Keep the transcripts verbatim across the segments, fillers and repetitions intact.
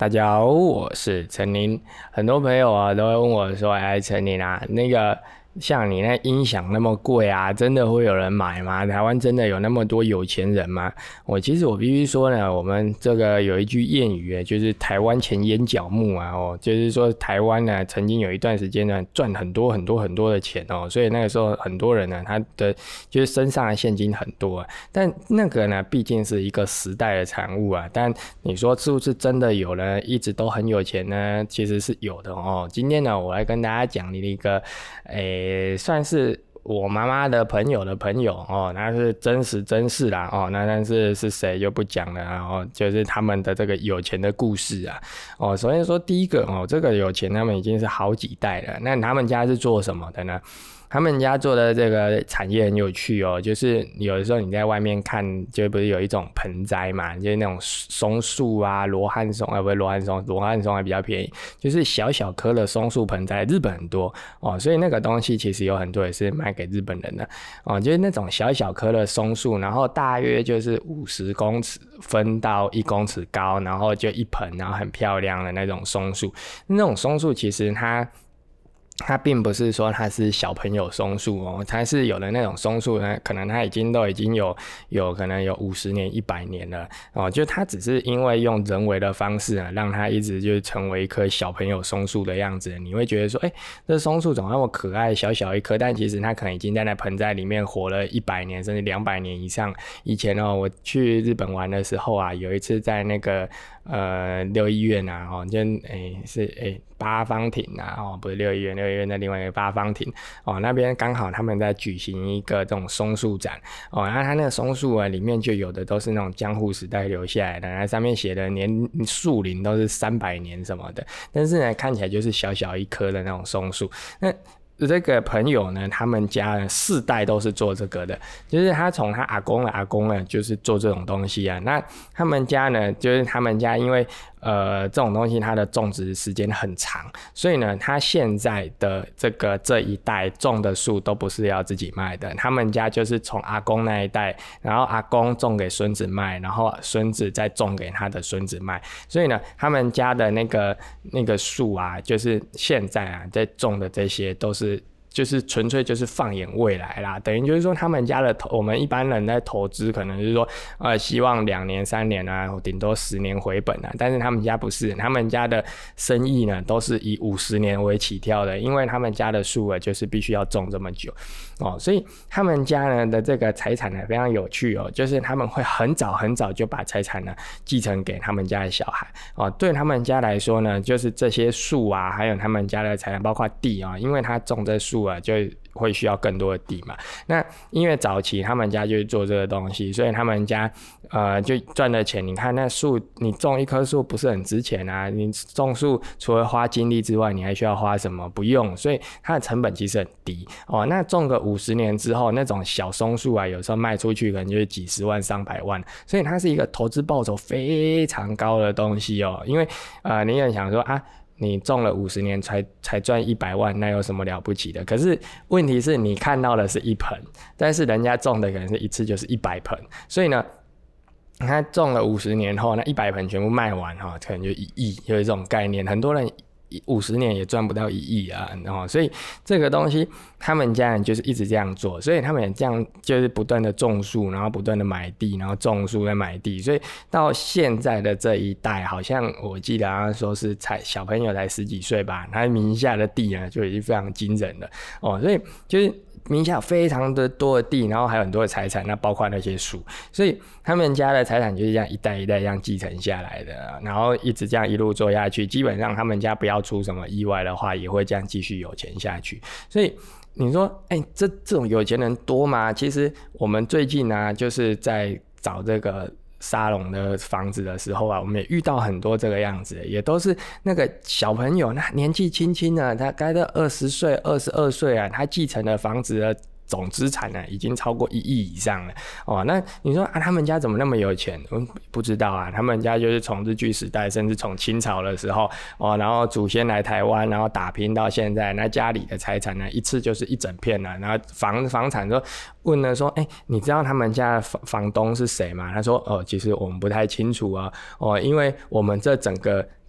大家好，我是陈林。很多朋友啊都会问我说：“哎，陈林啊，那个像你那音响那么贵啊，真的会有人买吗？台湾真的有那么多有钱人吗？”我其实我必须说呢，我们这个有一句谚语，就是台湾钱淹脚目啊，哦，就是说台湾呢曾经有一段时间呢赚很多很多很多的钱哦，所以那个时候很多人呢他的就是身上的现金很多啊，但那个呢毕竟是一个时代的产物啊，但你说是不是真的有人一直都很有钱呢？其实是有的哦。今天呢，我来跟大家讲你的一个，诶，算是我妈妈的朋友的朋友哦，那是真实真事啦哦，那但是是谁就不讲了啊哦，就是他们的这个有钱的故事啊哦。首先说第一个哦，这个有钱他们已经是好几代了，那他们家是做什么的呢？他们家做的这个产业很有趣哦，就是有的时候你在外面看，就不是有一种盆栽嘛，就是那种松树啊，罗汉松啊，不是罗汉松，罗汉松还比较便宜，就是小小棵的松树盆栽，日本很多哦，所以那个东西其实有很多也是卖给日本人的哦，就是那种小小棵的松树，然后大约就是五十公尺分到一公尺高，然后就一盆，然后很漂亮的那种松树，那种松树其实它。它并不是说它是小朋友松树哦，它是有的那种松树呢，可能它已经都已经有有可能有五十年、一百年了哦，就它只是因为用人为的方式啊，让它一直就成为一棵小朋友松树的样子。你会觉得说，哎、欸，这松树怎么那么可爱，小小一棵，但其实它可能已经在那盆栽里面活了一百年甚至两百年以上。以前哦，我去日本玩的时候啊，有一次在那个呃六医院啊，哦，就哎、欸、是哎。欸八方亭啊，哦，不是六医院，六医院在另外一个八方亭哦，那边刚好他们在举行一个这种松树展哦，然后它那个松树啊，里面就有的都是那种江户时代留下来的，那上面写的年树龄都是三百年什么的，但是呢，看起来就是小小一棵的那种松树，那。这个朋友呢，他们家呢四代都是做这个的，就是他从他阿公的阿公呢，就是做这种东西啊。那他们家呢，就是他们家因为呃这种东西它的种植时间很长，所以呢，他现在的这个这一代种的树都不是要自己卖的，他们家就是从阿公那一代，然后阿公种给孙子卖，然后孙子再种给他的孙子卖，所以呢，他们家的那个那个树啊，就是现在啊在种的这些都是。就是纯粹就是放眼未来啦，等于就是说他们家的投，我们一般人在投资可能就是说，呃，希望两年三年啊，顶多十年回本啊，但是他们家不是，他们家的生意呢都是以五十年为起跳的，因为他们家的树啊就是必须要种这么久哦，所以他们家呢的这个财产呢非常有趣哦，就是他们会很早很早就把财产呢继承给他们家的小孩哦，对他们家来说呢，就是这些树啊，还有他们家的财产，包括地啊、哦，因为他种这树。就会需要更多的地嘛。那因为早期他们家就是做这个东西，所以他们家呃就赚了钱。你看那树，你种一棵树不是很值钱啊？你种树除了花精力之外，你还需要花什么？不用，所以它的成本其实很低哦。那种个五十年之后，那种小松树啊，有时候卖出去可能就是几十万、上百万，所以它是一个投资报酬非常高的东西哦。因为呃，你也想说啊。你种了五十年才才赚一百万，那有什么了不起的？可是问题是你看到的是一盆，但是人家种的可能是一次就是一百盆，所以呢，他种了五十年后，那一百盆全部卖完哈，可能就一亿，就是这种概念。很多人五十年也赚不到一亿啊，然后所以这个东西他们家人就是一直这样做，所以他们也这样就是不断的种树，然后不断的买地，然后种树再买地，所以到现在的这一代，好像我记得好像说是才小朋友才十几岁吧，他名下的地呢就已经非常惊人了哦，所以就是名下有非常的多的地，然后还有很多的财产，那包括那些树，所以他们家的财产就是这样一代一代这样继承下来的，然后一直这样一路做下去，基本上他们家不要出什么意外的话，也会这样继续有钱下去。所以你说，哎、欸，这这种有钱人多吗？其实我们最近啊，就是在找这个。沙龙的房子的时候啊，我们也遇到很多这个样子，也都是那个小朋友，那年纪轻轻的，他该到二十岁、二十二岁啊，他继承了房子的总资产呢，已经超过一亿以上了哦。那你说啊，他们家怎么那么有钱？嗯，不知道啊，他们家就是从日据时代，甚至从清朝的时候哦，然后祖先来台湾，然后打拼到现在，那家里的财产呢，一次就是一整片了。然后房房产说问了说，哎、欸，你知道他们家的房房东是谁吗？他说，哦，其实我们不太清楚啊，哦，因为我们这整个。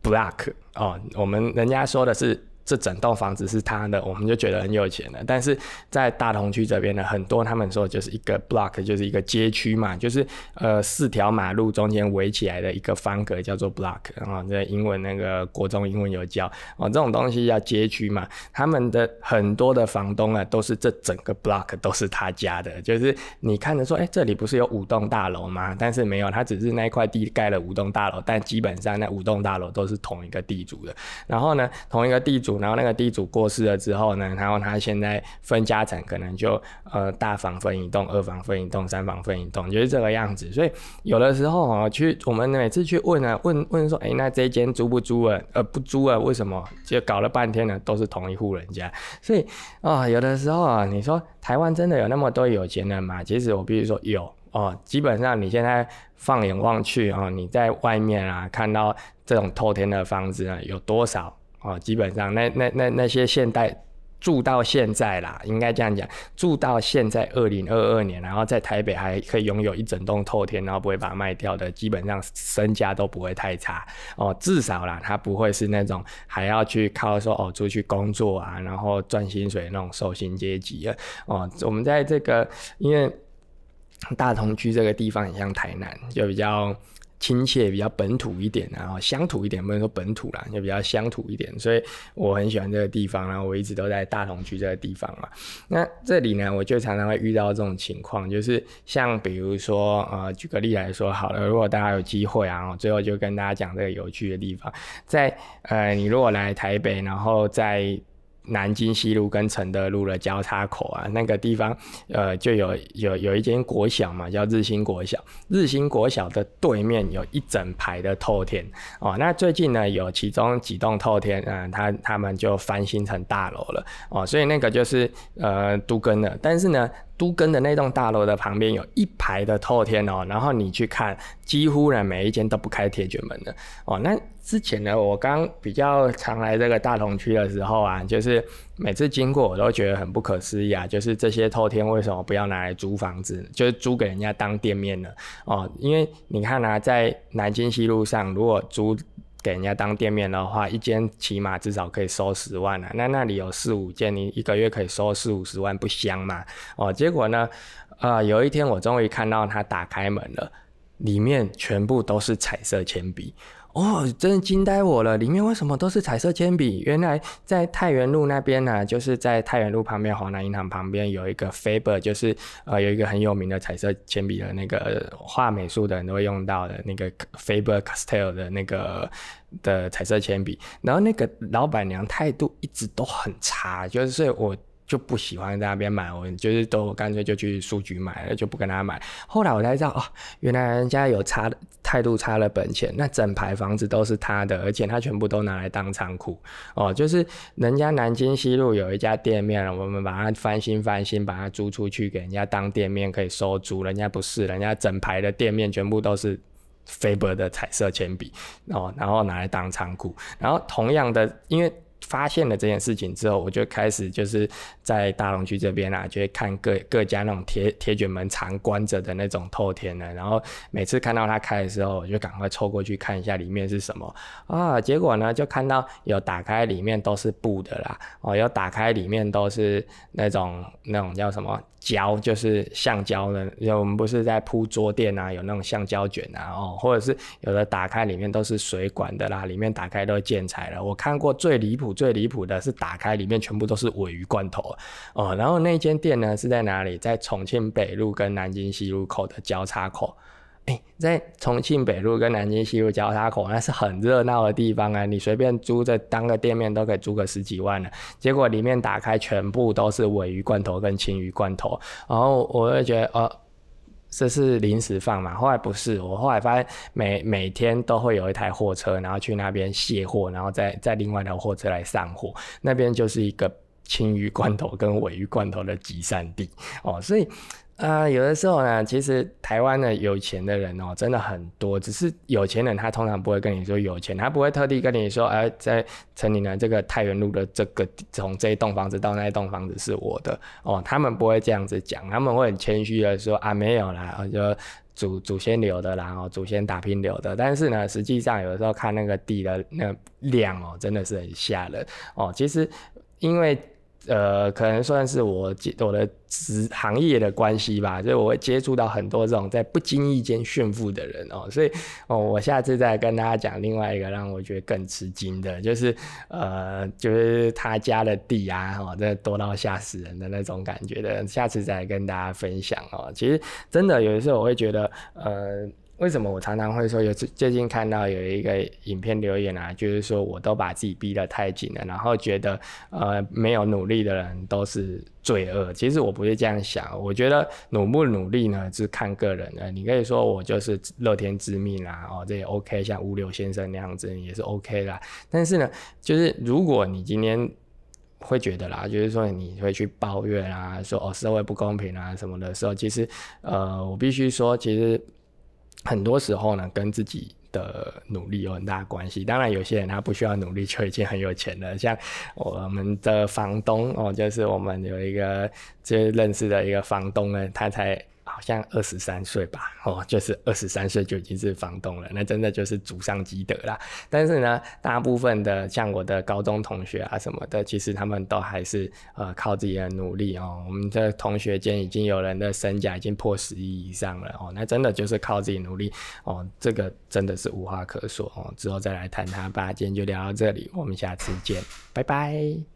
block 哦，我们人家说的是这整栋房子是他的，我们就觉得很有钱了。但是在大同区这边呢，很多他们说就是一个 block， 就是一个街区嘛，就是呃四条马路中间围起来的一个方格叫做 block 啊、哦，这英文那个国中英文有教哦，这种东西叫街区嘛。他们的很多的房东啊，都是这整个 block 都是他家的，就是你看着说，哎，这里不是有五栋大楼吗？但是没有，他只是那一块地盖了五栋大楼，但基本上那五栋大楼都是同一个地主的。然后呢，同一个地主。然后那个地主过世了之后呢，然后他现在分家产可能就呃大房分一栋，二房分一栋，三房分一栋，就是这个样子。所以有的时候哦，去我们每次去问啊，问问说，哎，那这间租不租了？呃，不租了，为什么？就搞了半天呢，都是同一户人家。所以啊、哦，有的时候啊，你说台湾真的有那么多有钱人吗？其实我必须说有哦，基本上你现在放眼望去哦，你在外面啊看到这种透天的房子呢，有多少？哦，基本上那那那那些现代住到现在啦，应该这样讲，住到现在二零二二年，然后在台北还可以拥有一整栋透天，然后不会把它卖掉的，基本上身家都不会太差哦，至少啦，他不会是那种还要去靠说哦出去工作啊，然后赚薪水那种受薪阶级了哦。我们在这个因为大同区这个地方很像台南，就比较亲切，比较本土一点，然后乡土一点，不能说本土啦，就比较乡土一点，所以我很喜欢这个地方，然后我一直都在大同区这个地方嘛。那这里呢，我就常常会遇到这种情况，就是像比如说，呃，举个例来说好了，如果大家有机会啊，最后就跟大家讲这个有趣的地方，在呃，你如果来台北，然后在南京西路跟承德路的交叉口啊，那个地方，呃，就有有有一间国小嘛，叫日新国小。日新国小的对面有一整排的透天哦。那最近呢，有其中几栋透天，嗯、呃，他他们就翻新成大楼了哦，所以那个就是呃都更了。但是呢，都更的那栋大楼的旁边有一排的透天哦，然后你去看，几乎呢每一间都不开铁卷门的哦。那之前呢，我刚比较常来这个大同区的时候啊，就是每次经过我都觉得很不可思议啊，就是这些透天为什么不要拿来租房子，就是租给人家当店面呢？哦，因为你看啊，在南京西路上，如果租给人家当店面的话，一间起码至少可以收十万啊，那那里有四五间，你一个月可以收四五十万，不香嘛？哦，结果呢，呃，有一天我终于看到他打开门了，里面全部都是彩色铅笔。哦，真的惊呆我了！里面为什么都是彩色铅笔？原来在太原路那边呢、啊，就是在太原路旁边，华南银行旁边有一个 Faber， 就是呃有一个很有名的彩色铅笔的那个画美术的人都会用到的那个 Faber Castell 的那个的彩色铅笔。然后那个老板娘态度一直都很差，就是我就不喜欢在那边买，我就是都干脆就去书局买了，就不跟他买。后来我才知道，哦，原来人家有差态度差了本钱，那整排房子都是他的，而且他全部都拿来当仓库哦。就是人家南京西路有一家店面，我们把它翻新翻新，把它租出去给人家当店面可以收租，人家不是，人家整排的店面全部都是Faber 的彩色铅笔哦，然后拿来当仓库。然后同样的，因为发现了这件事情之后，我就开始就是在大龙区这边啊，就会看各各家那种铁铁卷门常关着的那种透天的，然后每次看到它开的时候，我就赶快凑过去看一下里面是什么啊。结果呢，就看到有打开里面都是布的啦，哦，有打开里面都是那种那种叫什么胶，就是橡胶的，因为我们不是在铺桌垫啊，有那种橡胶卷啊，哦，或者是有的打开里面都是水管的啦，里面打开都建材了。我看过最离谱、最离谱的是打开里面全部都是鲔鱼罐头哦。然后那间店呢是在哪里？在重庆北路跟南京西路口的交叉口。哎，在重庆北路跟南京西路交叉口，那是很热闹的地方啊！你随便租着当个店面都可以租个十几万了。结果里面打开全部都是鲔鱼罐头跟青鱼罐头，然后我就觉得，呃，这是临时放嘛？后来不是，我后来发现每每天都会有一台货车，然后去那边卸货，然后再再另外一条货车来上货，那边就是一个青鱼罐头跟鲔鱼罐头的集散地哦，所以啊、有的时候呢，其实台湾的有钱的人哦，真的很多。只是有钱人他通常不会跟你说有钱，他不会特地跟你说，哎、在城里呢这个太原路的这个从这一栋房子到那一栋房子是我的哦，他们不会这样子讲，他们会很谦虚的说啊没有啦，哦就祖祖先留的啦，哦祖先打拼留的。但是呢，实际上有的时候看那个地的那个量哦，真的是很吓人哦。其实因为呃，可能算是我我的职行业的关系吧，所以我会接触到很多这种在不经意间炫富的人哦，所以哦，我下次再跟大家讲另外一个让我觉得更吃惊的，就是呃，就是他家的地啊，哦，真的多到吓死人的那种感觉的，下次再跟大家分享哦。其实真的有的时候我会觉得，呃。为什么我常常会说有最近看到有一个影片留言啊，就是说我都把自己逼得太紧了，然后觉得呃没有努力的人都是罪恶。其实我不是这样想，我觉得努不努力呢是看个人的。你可以说我就是乐天知命啦，哦这也 OK， 像五柳先生那样子也是 OK 啦。但是呢，就是如果你今天会觉得啦，就是说你会去抱怨啊，说哦社会不公平啊什么的时候，其实呃我必须说，其实。很多时候呢，跟自己的努力有很大的关系。当然，有些人他不需要努力就已经很有钱了。像我们的房东哦，就是我们有一个就是认识的一个房东呢，他才好像二十三岁吧，哦，就是二十三岁就已经是房东了，那真的就是祖上积德啦。但是呢，大部分的像我的高中同学啊什么的，其实他们都还是呃靠自己的努力哦。我们的同学间已经有人的身价已经破十亿以上了哦，那真的就是靠自己努力哦，这个真的是无话可说哦。之后再来谈他吧，今天就聊到这里，我们下次见，拜拜。